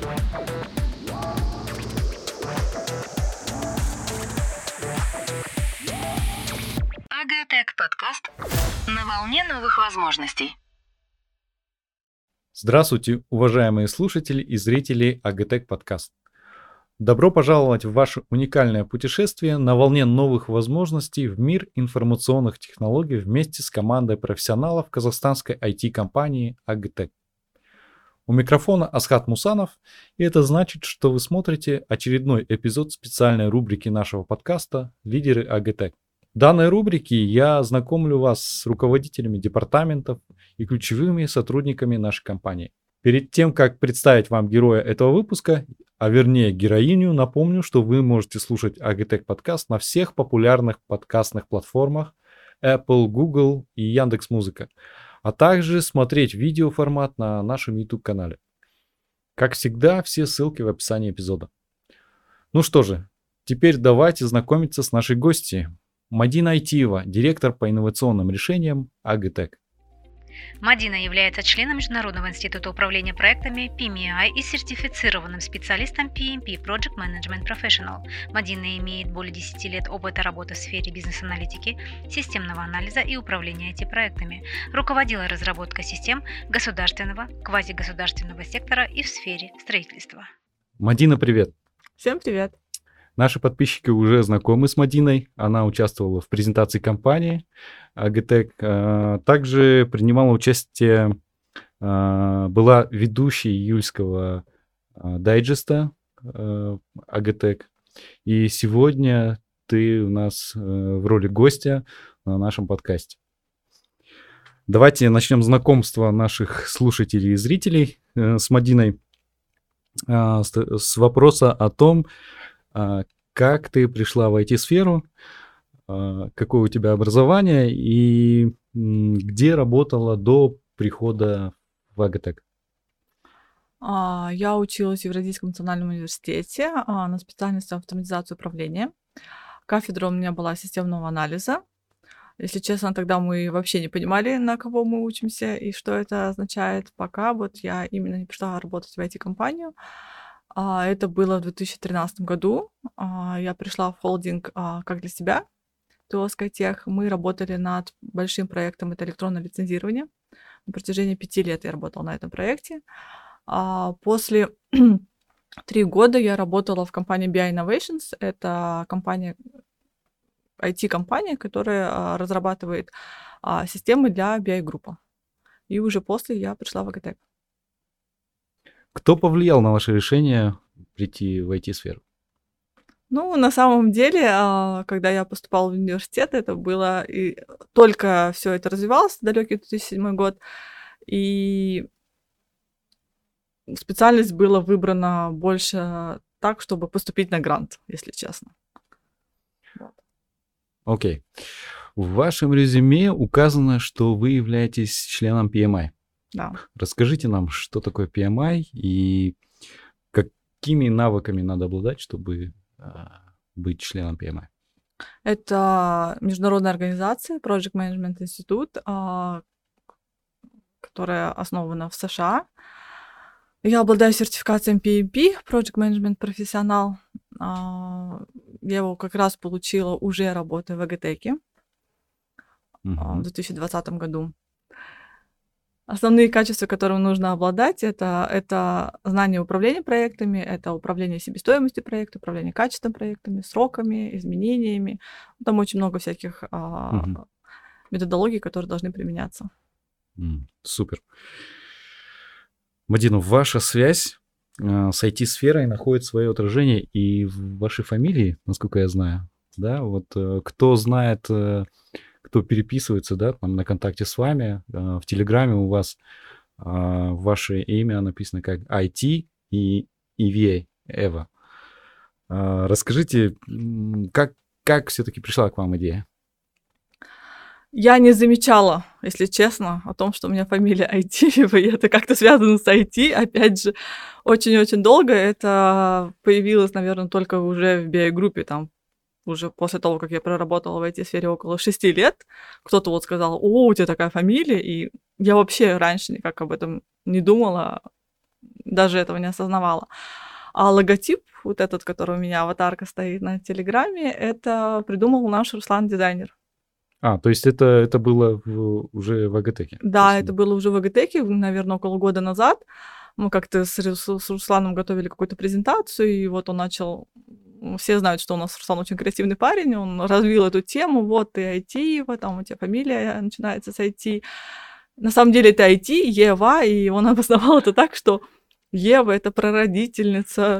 Агатек подкаст на волне новых возможностей. Здравствуйте, уважаемые слушатели и зрители Агатек подкаст. Добро пожаловать в ваше уникальное путешествие на волне новых возможностей в мир информационных технологий вместе с командой профессионалов казахстанской IT-компании Агатек. У микрофона Асхат Мусанов, и это значит, что вы смотрите очередной эпизод специальной рубрики нашего подкаста «Лидеры Агатек». В данной рубрике я знакомлю вас с руководителями департаментов и ключевыми сотрудниками нашей компании. Перед тем, как представить вам героя этого выпуска, а вернее героиню, напомню, что вы можете слушать Агатек подкаст на всех популярных подкастных платформах Apple, Google и Яндекс.Музыка, а также смотреть видеоформат на нашем YouTube-канале. Как всегда, все ссылки в описании эпизода. Ну что же, теперь давайте знакомиться с нашей гостьей. Мадина Айтиева, директор по инновационным решениям Агатек. Мадина является членом Международного института управления проектами PMI и сертифицированным специалистом PMP Project Management Professional. Мадина имеет более 10 лет опыта работы в сфере бизнес-аналитики, системного анализа и управления IT-проектами. Руководила разработкой систем государственного, квазигосударственного сектора и в сфере строительства. Мадина, привет! Всем привет! Наши подписчики уже знакомы с Мадиной. Она участвовала в презентации компании Агатек. Также принимала участие, была ведущей июльского дайджеста Агатек. И сегодня ты у нас в роли гостя на нашем подкасте. Давайте начнем знакомство наших слушателей и зрителей с Мадиной с вопроса о том, как ты пришла в IT-сферу, какое у тебя образование и где работала до прихода в Агатек? Я училась в Евразийском национальном университете на специальности автоматизации управления. Кафедра у меня была системного анализа. Если честно, тогда мы вообще не понимали, на кого мы учимся и что это означает, пока вот я именно не пришла работать в IT-компанию. Это было в 2013 году. Я пришла в холдинг как для себя, Туоская Тех. Мы работали над большим проектом, это электронное лицензирование. На протяжении 5 лет я работала на этом проекте. После 3 года я работала в компании BI Innovations. Это компания, IT-компания, которая разрабатывает системы для BI-группы. И уже после я пришла в Агатек. Кто повлиял на ваше решение прийти в IT-сферу? Ну, на самом деле, когда я поступала в университет, это было и только все это развивалось, далекий 2007 год, и специальность была выбрана больше так, чтобы поступить на грант, если честно. Окей. В вашем резюме указано, что вы являетесь членом PMI. Да. Расскажите нам, что такое PMI и какими навыками надо обладать, чтобы быть членом PMI? Это международная организация, Project Management Institute, которая основана в США. Я обладаю сертификацией PMP, Project Management Professional. Я его как раз получила уже работая в Агатеке в 2020 году. Основные качества, которыми нужно обладать, это знание управления проектами, это управление себестоимостью проекта, управление качеством проектами, сроками, изменениями. Там очень много всяких методологий, которые должны применяться. Супер. Мадина, ваша связь с IT-сферой находит свое отражение и в вашей фамилии, насколько я знаю. Да, вот кто знает, кто переписывается, да, там на контакте с вами, в Телеграме у вас ваше имя написано как IT и EVA, Эва. Расскажите, как все-таки пришла к вам идея? Я не замечала, если честно, о том, что у меня фамилия Айтиева, и это как-то связано с IT. Опять же, очень-очень долго это появилось, наверное, только уже в BI-группе, там, уже после того, как я проработала в IT-сфере около 6 лет. Кто-то вот сказал: «О, у тебя такая фамилия», и я вообще раньше никак об этом не думала. даже этого не осознавала. А логотип, вот этот, который у меня аватарка стоит на Телеграме, это придумал наш Руслан, дизайнер. То есть это было уже в Агатеке? Да, это было уже в Агатеке, наверное, около года назад. Мы как-то с Русланом готовили какую-то презентацию, и вот он начал... Все знают, что у нас Руслан очень креативный парень, он развил эту тему, вот ты IT, вот там у тебя фамилия начинается с IT. На самом деле это IT, Ева, и он обосновал это так, что Ева — это прародительница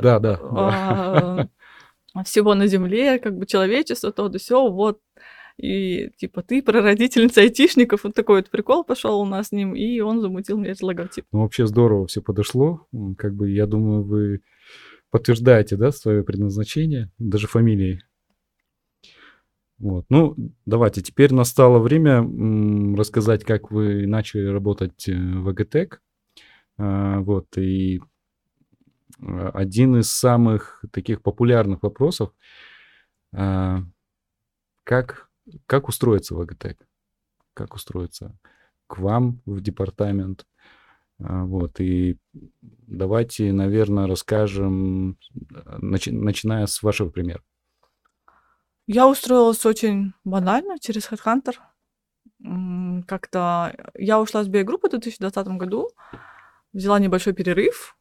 всего на Земле, как бы человечество, то да сё, вот. И типа ты прародительница айтишников, вот такой вот прикол пошел у нас с ним, и он замутил мне этот логотип. Ну, вообще здорово все подошло. Как бы, я думаю, вы подтверждаете, да, свое предназначение, даже фамилией. Вот. Ну, давайте, теперь настало время рассказать, как вы начали работать в Агатек. Вот, и один из самых таких популярных вопросов, как устроиться в Агатек? Как устроиться к вам в департамент? Вот, и давайте, наверное, расскажем, начиная с вашего примера. Я устроилась очень банально через HeadHunter. Как-то я ушла с BI-группы в 2020 году, взяла небольшой перерыв,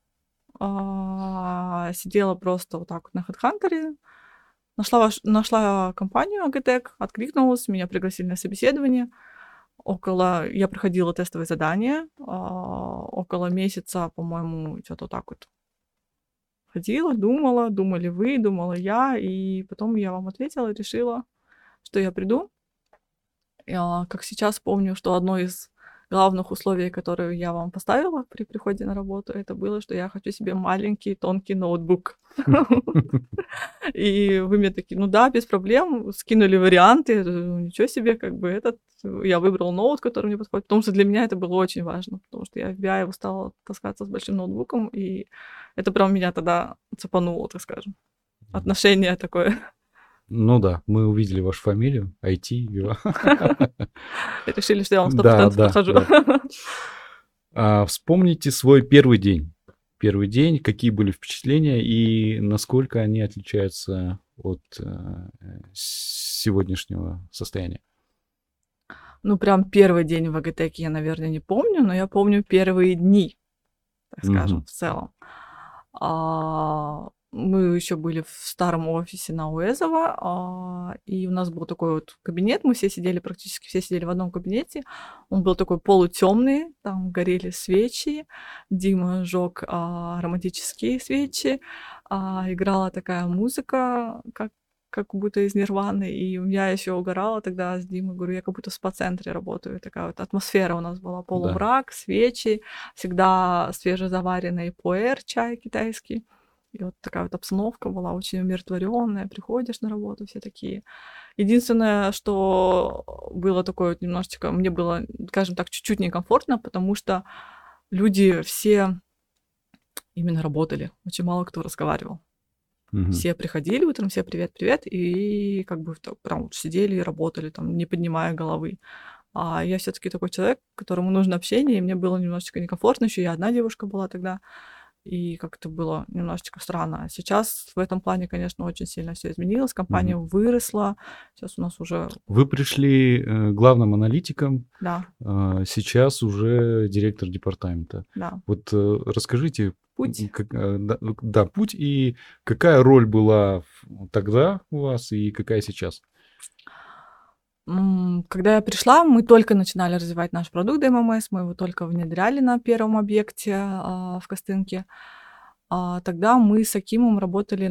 сидела просто вот так вот на HeadHunter, нашла компанию Агатек, откликнулась, меня пригласили на собеседование. Я проходила тестовые задания, около месяца, по-моему, что-то так вот ходила, думали вы, думала я, и потом я вам ответила и решила, что я приду. Как сейчас помню, что одно из главных условий, которые я вам поставила при приходе на работу, это было, что я хочу себе маленький тонкий ноутбук. И вы мне такие, ну да, без проблем, скинули варианты, ничего себе, как бы я выбрала ноут, который мне подходит, потому что для меня это было очень важно, потому что я в BI устала таскаться с большим ноутбуком, и это прям меня тогда цепануло, так скажем. Отношение такое. Ну да, мы увидели вашу фамилию, IT. Решили, что я вам 100% подхожу. Вспомните свой первый день. Первый день, какие были впечатления и насколько они отличаются от сегодняшнего состояния? Ну, прям первый день в Агатеке я, наверное, не помню, но я помню первые дни, так скажем, в целом. Мы еще были в старом офисе на Уэзово, и у нас был такой вот кабинет, мы практически все сидели в одном кабинете. Он был такой полутемный, там горели свечи, Дима жег ароматические свечи, играла такая музыка, как будто из Нирваны, и я еще угорала тогда с Димой, говорю, я как будто в спа-центре работаю, такая вот атмосфера у нас была, полумрак, свечи, всегда свежезаваренный пуэр, чай китайский. И вот такая вот обстановка была очень умиротворенная. Приходишь на работу, все такие. Единственное, что было такое вот немножечко, мне было, скажем так, чуть-чуть некомфортно, потому что люди все именно работали. Очень мало кто разговаривал. Все приходили утром, все привет-привет, и как бы прям вот сидели и работали, там, не поднимая головы. А я все-таки такой человек, которому нужно общение, и мне было немножечко некомфортно. Еще я одна девушка была тогда. И как-то было немножечко странно. Сейчас в этом плане, конечно, очень сильно все изменилось. Компания выросла. Сейчас у нас уже... Вы пришли главным аналитиком. Да. Сейчас уже директор департамента. Да. Вот расскажите... Путь. Путь. И какая роль была тогда у вас и какая сейчас? Когда я пришла, мы только начинали развивать наш продукт ММС, мы его только внедряли на первом объекте в Костынке. Тогда мы с Акимом работали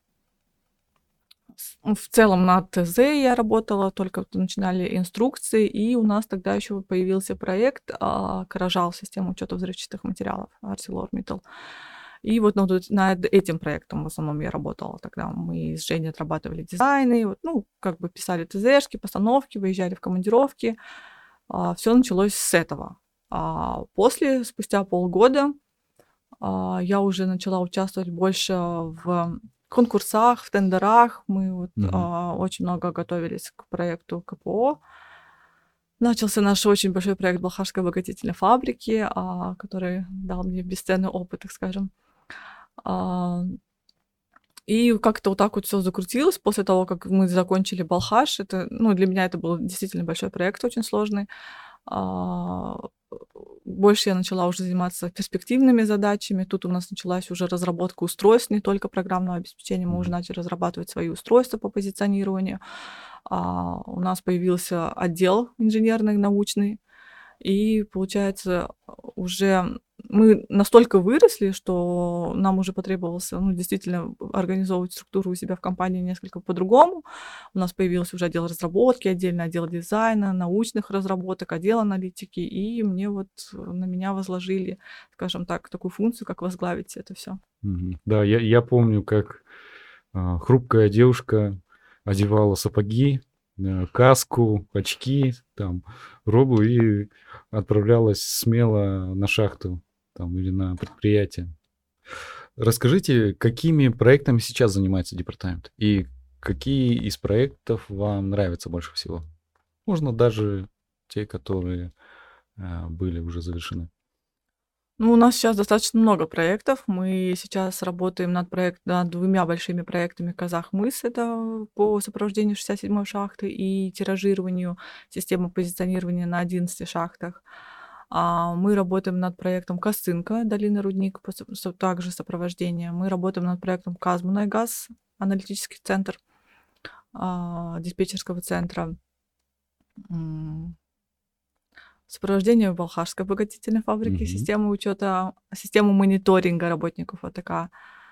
в целом над ТЗ я работала, только начинали инструкции, и у нас тогда еще появился проект Каражал, система учета взрывчатых материалов, ArcelorMittal. И вот над этим проектом в основном я работала тогда. Мы с Женей отрабатывали дизайны, как бы писали ТЗшки, постановки, выезжали в командировки. Все началось с этого. Спустя полгода, я уже начала участвовать больше в конкурсах, в тендерах. Мы очень много готовились к проекту КПО. начался наш очень большой проект Балхашской обогатительной фабрики, который дал мне бесценный опыт, так скажем. А, И как-то вот так вот все закрутилось после того, как мы закончили Балхаш. Для меня это был действительно большой проект, очень сложный. А, Больше я начала уже заниматься перспективными задачами. Тут у нас началась уже разработка устройств, не только программного обеспечения. Мы уже начали разрабатывать свои устройства по позиционированию. У нас появился отдел инженерный, научный. И, получается, уже мы настолько выросли, что нам уже потребовалось, действительно организовывать структуру у себя в компании несколько по-другому. У нас появился уже отдел разработки, отдельный отдел дизайна, научных разработок, отдел аналитики, и на меня возложили, скажем так, такую функцию, как возглавить это все. Да, я помню, как хрупкая девушка одевала сапоги, каску, очки, там, робу и отправлялась смело на шахту там, или на предприятие. Расскажите, какими проектами сейчас занимается департамент и какие из проектов вам нравятся больше всего? Можно даже те, которые были уже завершены. У нас сейчас достаточно много проектов. Мы сейчас работаем над 2 большими проектами «Казахмыс», это по сопровождению 67-й шахты и тиражированию системы позиционирования на 11 шахтах. Мы работаем над проектом «Косынка», долина рудник, также сопровождение. Мы работаем над проектом «Казмунайгаз», аналитический центр диспетчерского центра. Сопровождение Балхашской обогатительной фабрики, систему учета, систему мониторинга работников АТК.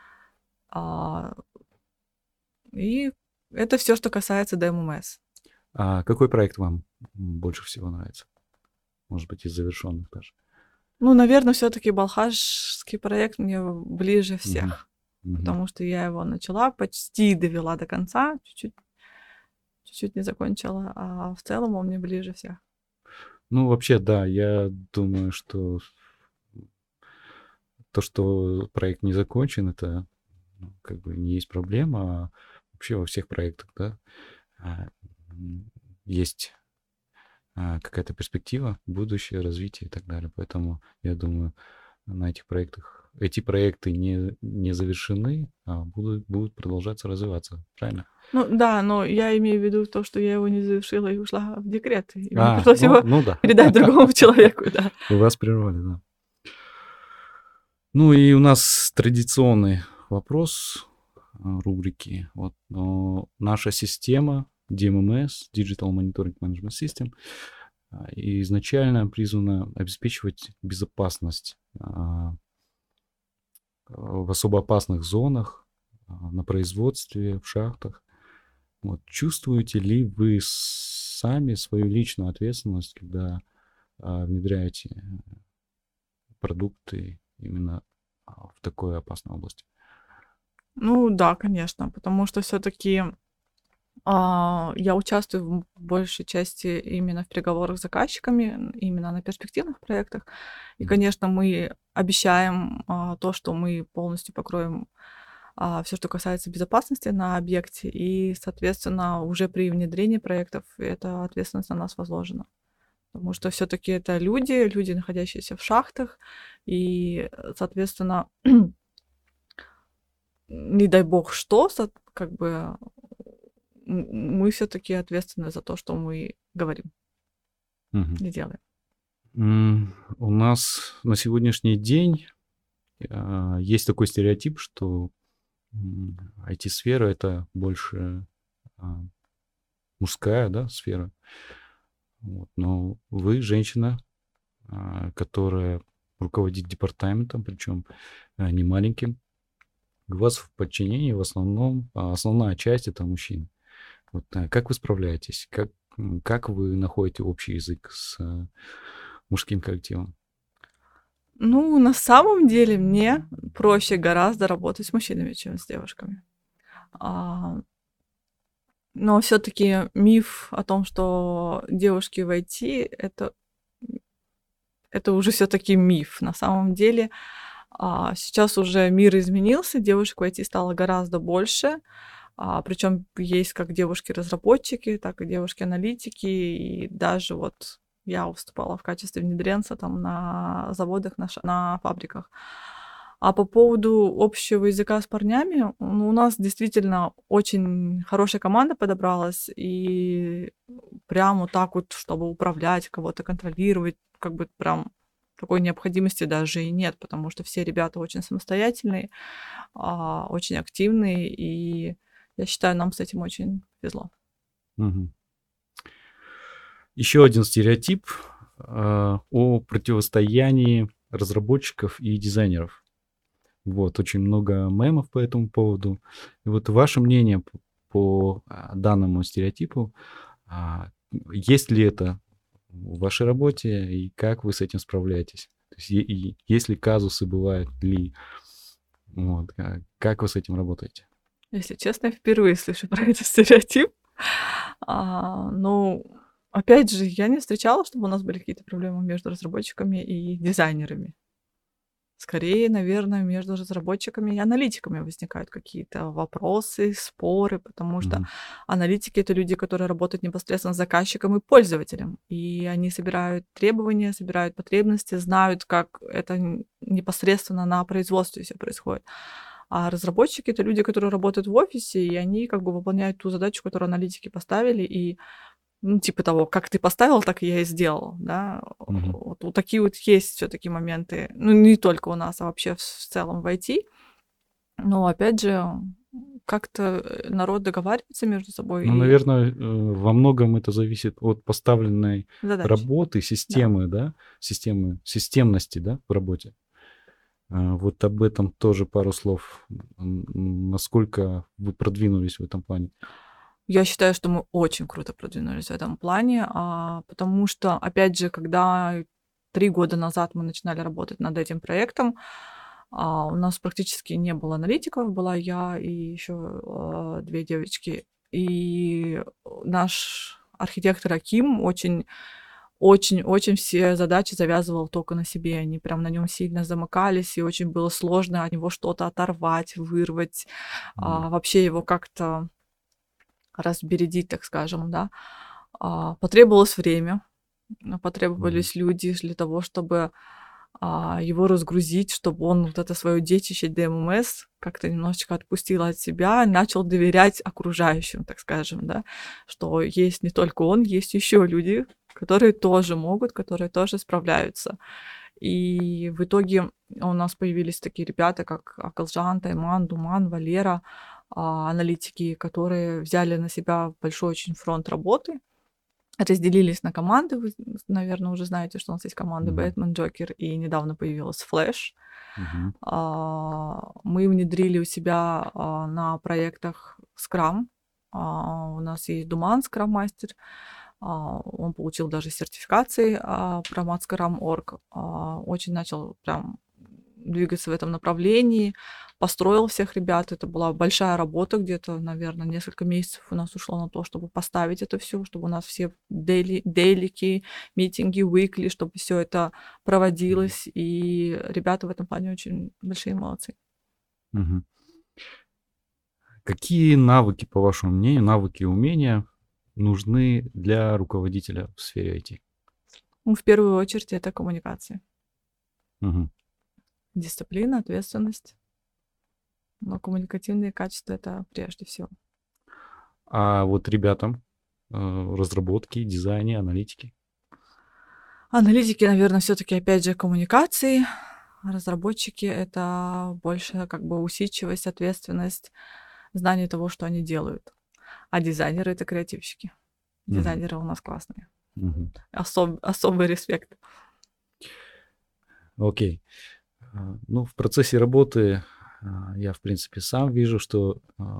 И это все, что касается ДММС. А какой проект вам больше всего нравится? Может быть, из завершенных даже? Наверное, все-таки Балхашский проект мне ближе всех, потому что я его начала, почти довела до конца, чуть-чуть не закончила, а в целом он мне ближе всех. Вообще, да, я думаю, что то, что проект не закончен, это как бы не есть проблема. А вообще во всех проектах, да, есть какая-то перспектива, будущее, развитие и так далее. Поэтому я думаю, на этих проектах эти проекты не завершены, а будут продолжаться развиваться. Правильно? Да, но я имею в виду то, что я его не завершила и ушла в декрет. И мне пришлось его да. передать другому человеку, да. Вас прервали, да. И у нас традиционный вопрос рубрики. Наша система DMMS, Digital Monitoring Management System, изначально призвана обеспечивать безопасность в особо опасных зонах, на производстве, в шахтах. Чувствуете ли вы сами свою личную ответственность, когда внедряете продукты именно в такой опасной области? Да, конечно, потому что все-таки я участвую в большей части именно в переговорах с заказчиками, именно на перспективных проектах. И, конечно, мы обещаем то, что мы полностью покроем все, что касается безопасности на объекте. И, соответственно, уже при внедрении проектов эта ответственность на нас возложена. Потому что все-таки это люди, находящиеся в шахтах. И, соответственно, не дай бог что, как бы мы все-таки ответственны за то, что мы говорим и делаем. У нас на сегодняшний день есть такой стереотип, что IT-сфера — это больше мужская, да, сфера. Но вы женщина, которая руководит департаментом, причем не маленьким. У вас в подчинении в основном основная часть — это мужчины. Как вы справляетесь? Как вы находите общий язык с мужским коллективом? На самом деле мне проще гораздо работать с мужчинами, чем с девушками. Но все-таки миф о том, что девушки в IT, это уже все-таки миф. На самом деле сейчас уже мир изменился, девушек в IT стало гораздо больше. Причем есть как девушки-разработчики, так и девушки-аналитики, и даже Я выступала в качестве внедренца там на заводах, на фабриках. А по поводу общего языка с парнями, ну, у нас действительно очень хорошая команда подобралась, и прям вот так вот, чтобы управлять, кого-то контролировать, как бы прям такой необходимости даже и нет, потому что все ребята очень самостоятельные, очень активные, и я считаю, нам с этим очень повезло. Еще один стереотип о противостоянии разработчиков и дизайнеров. Вот, очень много мемов по этому поводу. И вот ваше мнение по данному стереотипу, есть ли это в вашей работе и как вы с этим справляетесь? То есть, есть ли казусы, бывают ли? Вот, как вы с этим работаете? Если честно, я впервые слышу про этот стереотип. Ну, опять же, я не встречала, чтобы у нас были какие-то проблемы между разработчиками и дизайнерами. Скорее, наверное, между разработчиками и аналитиками возникают какие-то вопросы, споры, потому что аналитики — это люди, которые работают непосредственно с заказчиком и пользователем. И они собирают требования, собирают потребности, знают, как это непосредственно на производстве все происходит. А разработчики — это люди, которые работают в офисе, и они как бы выполняют ту задачу, которую аналитики поставили, и ну, типа того, как ты поставил, так и я и сделал, да. Вот такие вот есть все-таки моменты. Ну, не только у нас, а вообще в целом в IT. Но, опять же, как-то народ договаривается между собой. Ну, наверное, во многом это зависит от поставленной задачи. работы, системы, да, системности, да, в работе. Вот об этом тоже пару слов. Насколько вы продвинулись в этом плане? Я считаю, что мы очень круто продвинулись в этом плане, потому что, опять же, когда 3 года назад мы начинали работать над этим проектом, у нас практически не было аналитиков, была я и еще 2 девочки. И наш архитектор Аким очень все задачи завязывал только на себе. Они прям на нем сильно замыкались, и очень было сложно от него что-то оторвать, вырвать, вообще его как-то разбередить, так скажем, да. Потребовалось время, потребовались люди для того, чтобы его разгрузить, чтобы он вот это свое детище ДМС как-то немножечко отпустил от себя, начал доверять окружающим, так скажем, да, что есть не только он, есть еще люди, которые тоже могут, которые тоже справляются. И в итоге у нас появились такие ребята, как Акылжан, Тайман, Думан, Валера, аналитики, которые взяли на себя большой очень фронт работы, разделились на команды. Вы, наверное, уже знаете, что у нас есть команды Бэтмен, Джокер, и недавно появилась Флэш. Мы внедрили у себя на проектах Scrum. У нас есть Думан, Scrum-мастер. Он получил даже сертификации про Scrum.org. Очень начал прям двигаться в этом направлении, построил всех ребят. Это была большая работа, где-то, наверное, несколько месяцев у нас ушло на то, чтобы поставить это все, чтобы у нас все дейлики, митинги, уикли, чтобы все это проводилось. И ребята в этом плане очень большие молодцы. Какие навыки, по вашему мнению, навыки и умения нужны для руководителя в сфере IT? Ну, в первую очередь, это коммуникация. Дисциплина, ответственность. Но коммуникативные качества — это прежде всего. А вот ребятам разработки, дизайне, аналитики? Аналитики, наверное, все-таки опять же коммуникации. Разработчики — это больше как бы усидчивость, ответственность, знание того, что они делают. А дизайнеры — это креативщики. Дизайнеры у нас классные. Особый респект. Окей. Ну, в процессе работы я, в принципе, сам вижу, что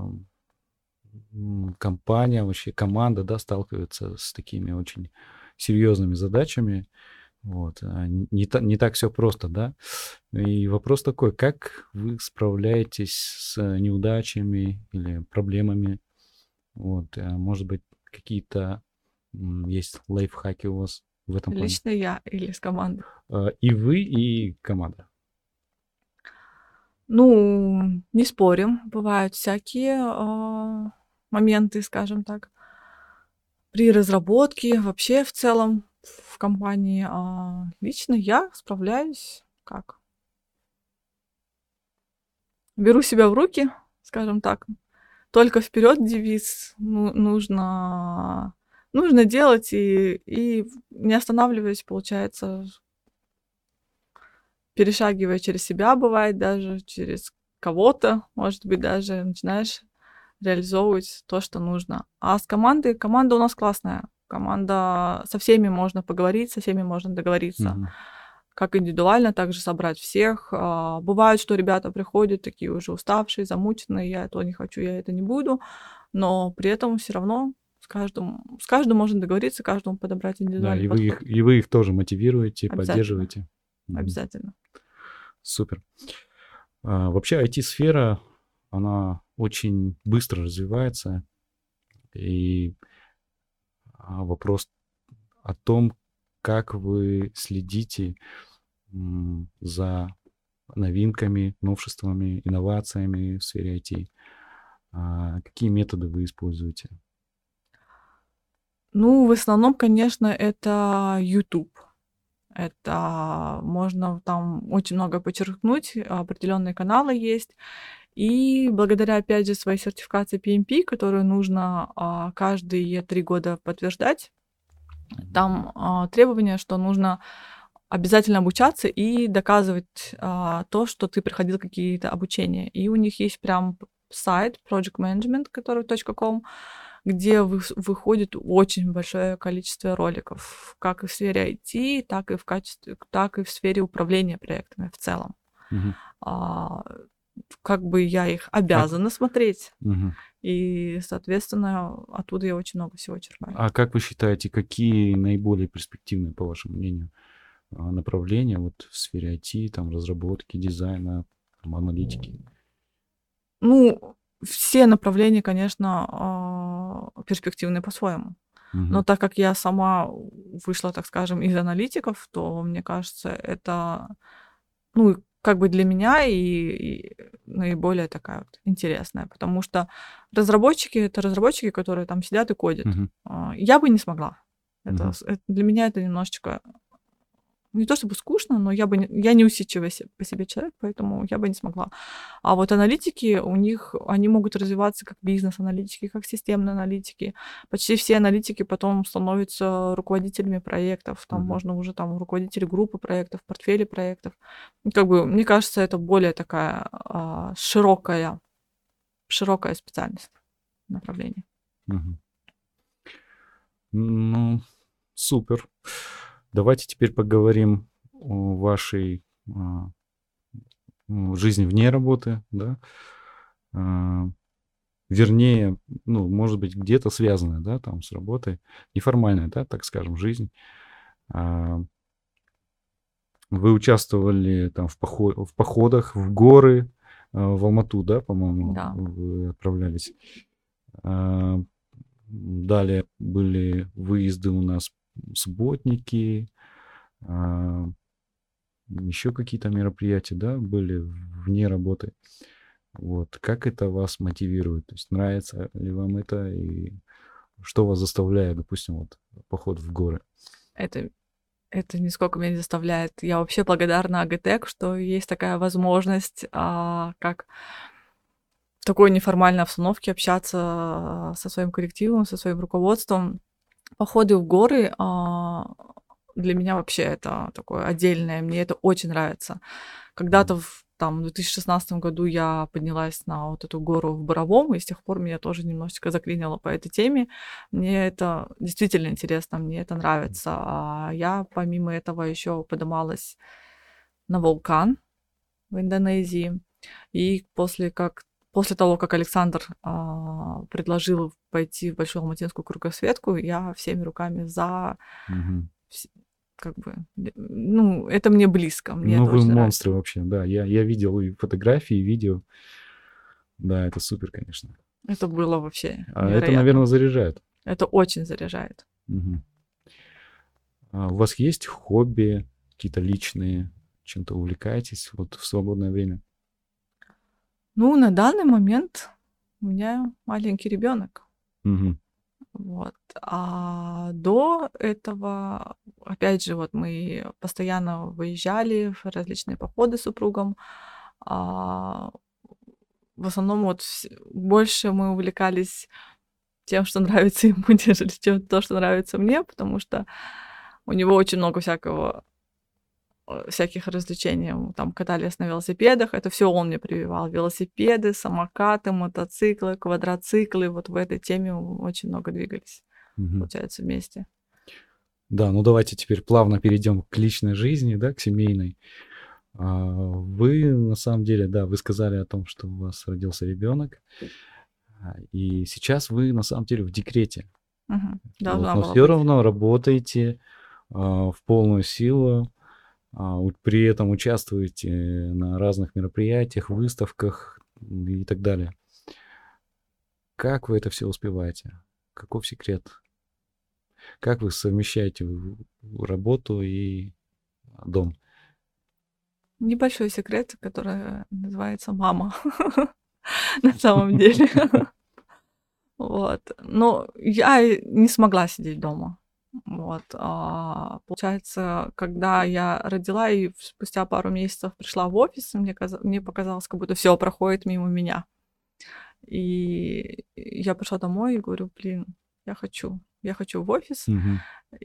компания, вообще команда, да, сталкивается с такими очень серьезными задачами. Вот. Не так все просто, да. И вопрос такой, как вы справляетесь с неудачами или проблемами? Вот. Может быть, какие-то есть лайфхаки у вас в этом плане? Лично я или с командой? И вы, и команда. Ну, не спорим, бывают всякие моменты, скажем так. При разработке, вообще в целом, в компании. Лично я справляюсь как? Беру себя в руки, скажем так. Только вперед девиз. Нужно делать и не останавливаясь, получается, перешагивая через себя, бывает даже через кого-то, может быть, даже начинаешь реализовывать то, что нужно. А с команда у нас классная. Команда, со всеми можно поговорить, со всеми можно договориться. Мгм. Как индивидуально, так же собрать всех. Бывает, что ребята приходят такие уже уставшие, замученные, я то не хочу, я это не буду, но при этом все равно с каждым можно договориться, каждому подобрать Да, индивидуальный и вы подход. их тоже мотивируете, Обязательно, поддерживаете. Мгм. обязательно. Супер. Вообще IT-сфера, она очень быстро развивается, и вопрос о том, как вы следите за новинками, новшествами, инновациями в сфере IT. Какие методы вы используете? Ну, в основном, конечно, это YouTube. Это можно там очень много подчеркнуть, определенные каналы есть. И благодаря, опять же, своей сертификации PMP, которую нужно каждые 3 года подтверждать, там требование, что нужно обязательно обучаться и доказывать то, что ты проходил какие-то обучения. И у них есть прям сайт project management, который .com, где выходит очень большое количество роликов, как и в сфере IT, так и в сфере управления проектами в целом. Мгм. Как бы я их обязана смотреть, Мгм. и, соответственно, оттуда я очень много всего черпаю. А как вы считаете, какие наиболее перспективные, по вашему мнению, направления вот в сфере IT, там, разработки, дизайна, там, аналитики? Ну, все направления, конечно, перспективны по-своему. Но Мгм. так как я сама вышла, так скажем, из аналитиков, то, мне кажется, это, ну, как бы для меня и наиболее такая вот интересная, потому что разработчики — это разработчики, которые там сидят и кодят. Мгм. Я бы не смогла. Мгм. Для меня это немножечко не то чтобы скучно, но я не усидчивый по себе человек, поэтому я бы не смогла. А вот аналитики, они могут развиваться как бизнес-аналитики, как системные аналитики. Почти все аналитики потом становятся руководителями проектов. Там Мгм. можно уже там руководители группы проектов, портфеля проектов. Как бы, мне кажется, это более такая широкая специальность, направление. Мгм. Ну, супер. Давайте теперь поговорим о вашей жизни вне работы, да. Вернее, ну, может быть, где-то связанная, да, там с работой, неформальная, да, так скажем, жизнь. А, Вы участвовали там в походах в горы, в Алмату, да, по-моему, Да. вы отправлялись. А, Далее были выезды у нас субботники, еще какие-то мероприятия, да, были вне работы. Вот. Как это вас мотивирует? То есть нравится ли вам это и что вас заставляет, допустим, вот поход в горы? Это нисколько меня не заставляет. Я вообще благодарна АГТЭК, что есть такая возможность, как в такой неформальной обстановке общаться со своим коллективом, со своим руководством. Походы в горы для меня вообще это такое отдельное, мне это очень нравится. Когда-то в 2016 году я поднялась на вот эту гору в Боровом, и с тех пор меня тоже немножечко заклинило по этой теме. Мне это действительно интересно, мне это нравится. Я помимо этого еще поднималась на вулкан в Индонезии. И после того, как Александр предложил пойти в Большую Алматинскую кругосветку, я всеми руками за. Мгм. Как бы, ну, это мне близко, мне Ну, это вы очень нравится. монстры вообще, да. Я видел и фотографии, и видео. Да, это супер, конечно. Это было вообще Это, невероятно. наверное, заряжает. Это очень заряжает. Мгм. У вас есть хобби, какие-то личные, чем-то увлекаетесь вот в свободное время? Ну, на данный момент у меня маленький ребенок. Мгм. Вот. А до этого, опять же, вот мы постоянно выезжали в различные походы с супругом. А, в основном вот больше мы увлекались тем, что нравится ему, нежели чем то, что нравится мне, потому что у него очень много всяких развлечений. Мы там катались на велосипедах, это все он мне прививал. Велосипеды, самокаты, мотоциклы, квадроциклы. Вот в этой теме мы очень много двигались, Мгм. получается, вместе. Да, ну давайте теперь плавно перейдем к личной жизни, да, к семейной. Вы на самом деле, да, вы сказали о том, что у вас родился ребенок, и сейчас вы на самом деле в декрете. Мгм. Вот, Должна но была все быть. равно работаете в полную силу, при этом участвуете на разных мероприятиях, выставках и так далее. Как вы это все успеваете? Каков секрет? Как вы совмещаете работу и дом? Небольшой секрет, который называется мама на самом деле. Вот. Но я не смогла сидеть дома. Вот. Получается, когда я родила и спустя пару месяцев пришла в офис, мне показалось, как будто все проходит мимо меня. И я пришла домой и говорю: "Блин, я хочу в офис". Мгм.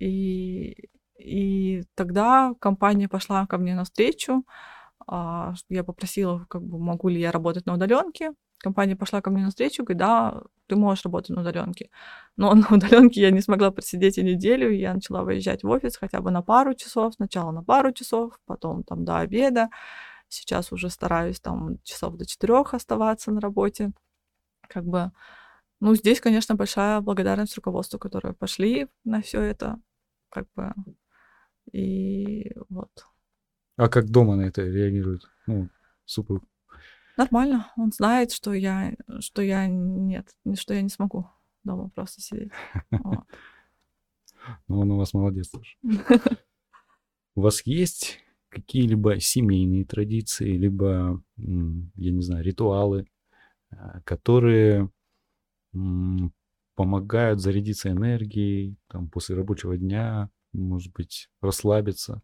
И тогда компания пошла ко мне навстречу. Я попросила, как бы, могу ли я работать на удаленке. Компания пошла ко мне навстречу, говорит: "Да, ты можешь работать на удаленке". Но на удаленке я не смогла просидеть и неделю, и я начала выезжать в офис хотя бы на пару часов. Сначала на пару часов, потом там до обеда. Сейчас уже стараюсь там часов до 4 оставаться на работе. Как бы, ну, здесь, конечно, большая благодарность руководству, которые пошли на все это, как бы, и вот. А как дома на это реагирует? Ну, супруг. Нормально, он знает, что я не смогу дома просто сидеть. Вот. Ну, он у вас молодец тоже. У вас есть какие-либо семейные традиции, либо, я не знаю, ритуалы, которые помогают зарядиться энергией, там, после рабочего дня, может быть, расслабиться?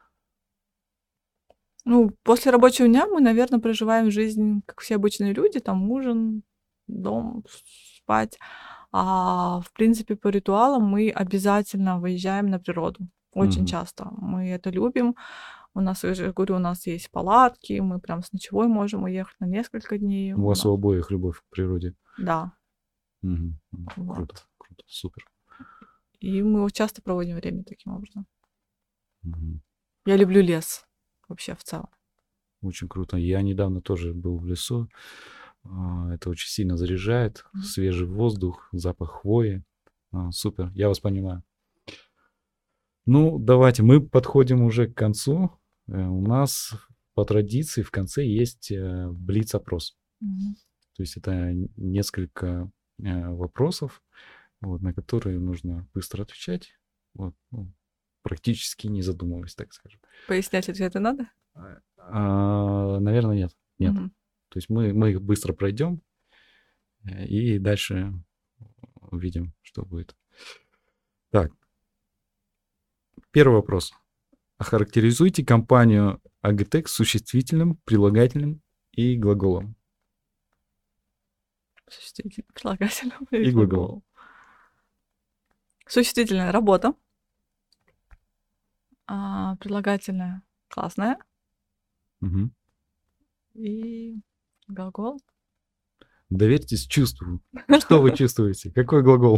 Ну, после рабочего дня мы, наверное, проживаем жизнь, как все обычные люди, там ужин, дом, спать. В принципе, по ритуалам мы обязательно выезжаем на природу. Очень Мгм. часто. Мы это любим. У нас, я же говорю, у нас есть палатки, мы прям с ночевой можем уехать на несколько дней. У вас у обоих любовь к природе. Да, Мгм. вот. Круто, круто, супер. И мы вот часто проводим время таким образом. Мгм. Я люблю лес вообще в целом. Очень круто. Я недавно тоже был в лесу. Это очень сильно заряжает. Свежий воздух, запах хвои. Супер, я вас понимаю. Ну, давайте, мы подходим уже к концу. У нас по традиции в конце есть блиц-опрос. Мгм. То есть это несколько вопросов, вот, на которые нужно быстро отвечать, вот, ну, практически не задумываясь, так скажем. Пояснять ответы надо? Наверное, нет. Нет. Мгм. То есть мы их быстро пройдем и дальше увидим, что будет. Так, первый вопрос. Охарактеризуйте компанию Agtech существительным, прилагательным и глаголом. Существительное, прилагательное И глагол. Существительное — работа. Прилагательное — классная. Мгм. И глагол. Доверьтесь чувству. Что вы чувствуете? Какой глагол?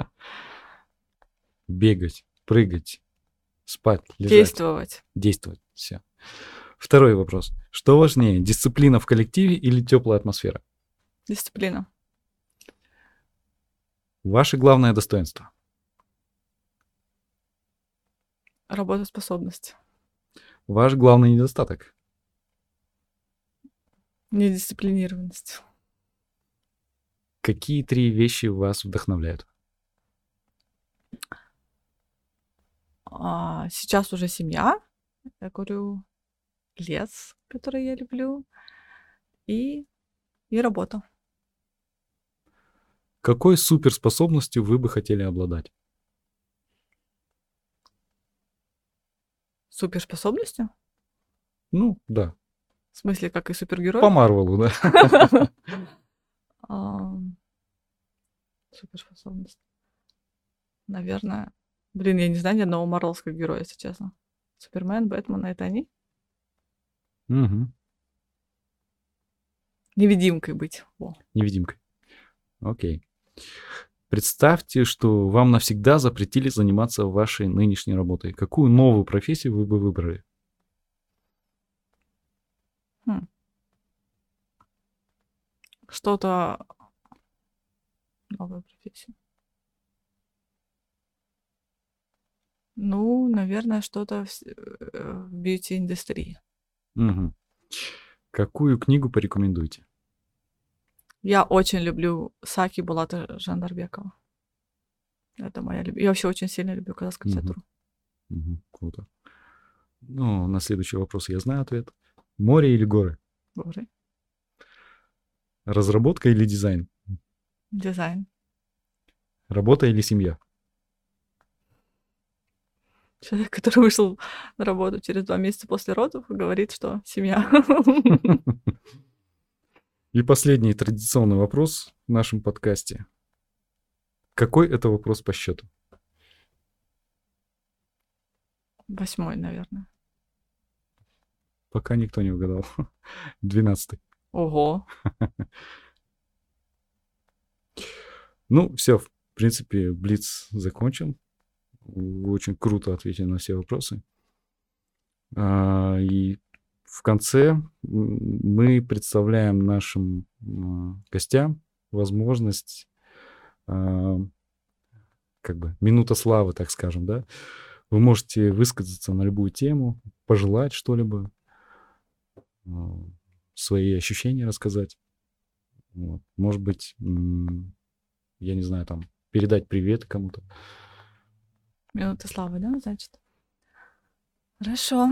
Бегать, прыгать, спать, лежать, Действовать. действовать. Все. Второй вопрос. Что важнее, дисциплина в коллективе или теплая атмосфера? Дисциплина. Ваше главное достоинство. Работоспособность. Ваш главный недостаток. Недисциплинированность. Какие 3 вещи вас вдохновляют? Сейчас уже семья. Я говорю, лес, который я люблю, и работа. Какой суперспособностью вы бы хотели обладать? Суперспособностью? Ну, да. В смысле, как и супергерой? По Марвелу, да. Суперспособность. Наверное. Блин, я не знаю ни одного марвелского героя, если честно. Супермен, Бэтмен — это они? Мгм. Невидимкой быть. Во. Невидимкой. Окей. Представьте, что вам навсегда запретили заниматься вашей нынешней работой. Какую новую профессию вы бы выбрали? Что-то... Новая профессия. Ну, наверное, что-то в бьюти-индустрии. Мгм. Какую книгу порекомендуете? Я очень люблю Саки Булата Жандарбекова. Это моя любимая. Я вообще очень сильно люблю казахскую Мгм. литературу. Мгм. Круто. Ну, на следующий вопрос я знаю ответ. Море или горы? Горы. Разработка или дизайн? Дизайн. Работа или семья? Человек, который вышел на работу через 2 месяца после родов, говорит, что семья. И последний традиционный вопрос в нашем подкасте. Какой это вопрос по счету? 8, наверное. Пока никто не угадал. 12. Ого. Ну, все, в принципе, блиц закончен. Вы очень круто ответили на все вопросы. И в конце мы представляем нашим гостям возможность, как бы, минута славы, так скажем, да. Вы можете высказаться на любую тему, пожелать что-либо, свои ощущения рассказать. Вот. Может быть, я не знаю, там, передать привет кому-то. Минута славы, да, значит? Хорошо.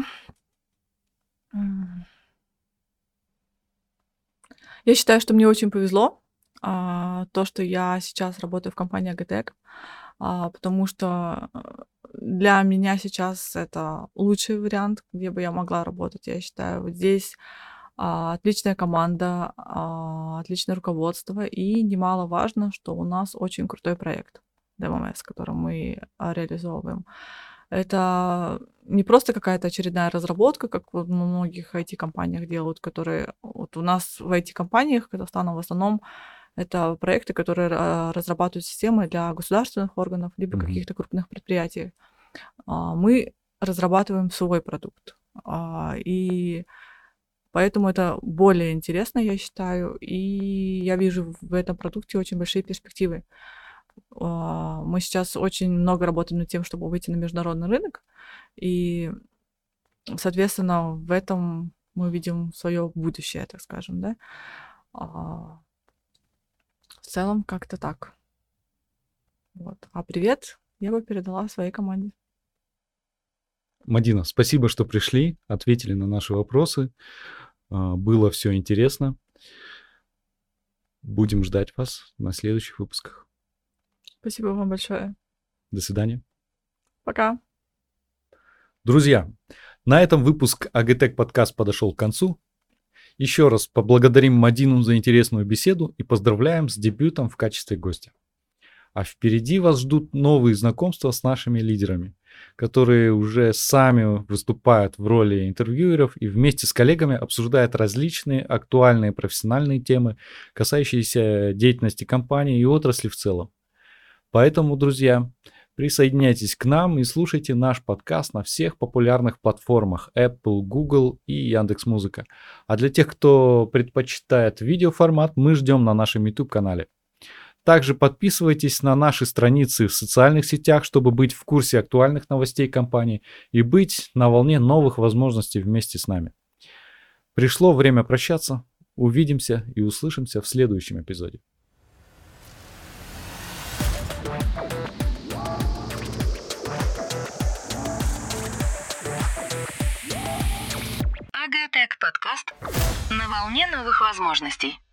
Я считаю, что мне очень повезло, то, что я сейчас работаю в компании Агатек, потому что для меня сейчас это лучший вариант, где бы я могла работать. Я считаю, вот здесь отличная команда, отличное руководство, и немаловажно, что у нас очень крутой проект ДМС, который мы реализовываем. Это не просто какая-то очередная разработка, как вот в многих IT-компаниях делают, которые... Вот у нас в IT-компаниях Казахстана в основном это проекты, которые разрабатывают системы для государственных органов либо каких-то крупных предприятий. Мы разрабатываем свой продукт. И поэтому это более интересно, я считаю. И я вижу в этом продукте очень большие перспективы. Мы сейчас очень много работаем над тем, чтобы выйти на международный рынок. И, соответственно, в этом мы видим свое будущее, так скажем, да. В целом как-то так. Вот. А привет я бы передала своей команде. Мадина, спасибо, что пришли, ответили на наши вопросы. Было все интересно. Будем ждать вас на следующих выпусках. Спасибо вам большое. До свидания. Пока. Друзья, на этом выпуск Агатек подкаст подошел к концу. Еще раз поблагодарим Мадину за интересную беседу и поздравляем с дебютом в качестве гостя. А впереди вас ждут новые знакомства с нашими лидерами, которые уже сами выступают в роли интервьюеров и вместе с коллегами обсуждают различные актуальные профессиональные темы, касающиеся деятельности компании и отрасли в целом. Поэтому, друзья, присоединяйтесь к нам и слушайте наш подкаст на всех популярных платформах Apple, Google и Яндекс.Музыка. А для тех, кто предпочитает видеоформат, мы ждем на нашем YouTube-канале. Также подписывайтесь на наши страницы в социальных сетях, чтобы быть в курсе актуальных новостей компании и быть на волне новых возможностей вместе с нами. Пришло время прощаться. Увидимся и услышимся в следующем эпизоде. Агатек подкаст на волне новых возможностей.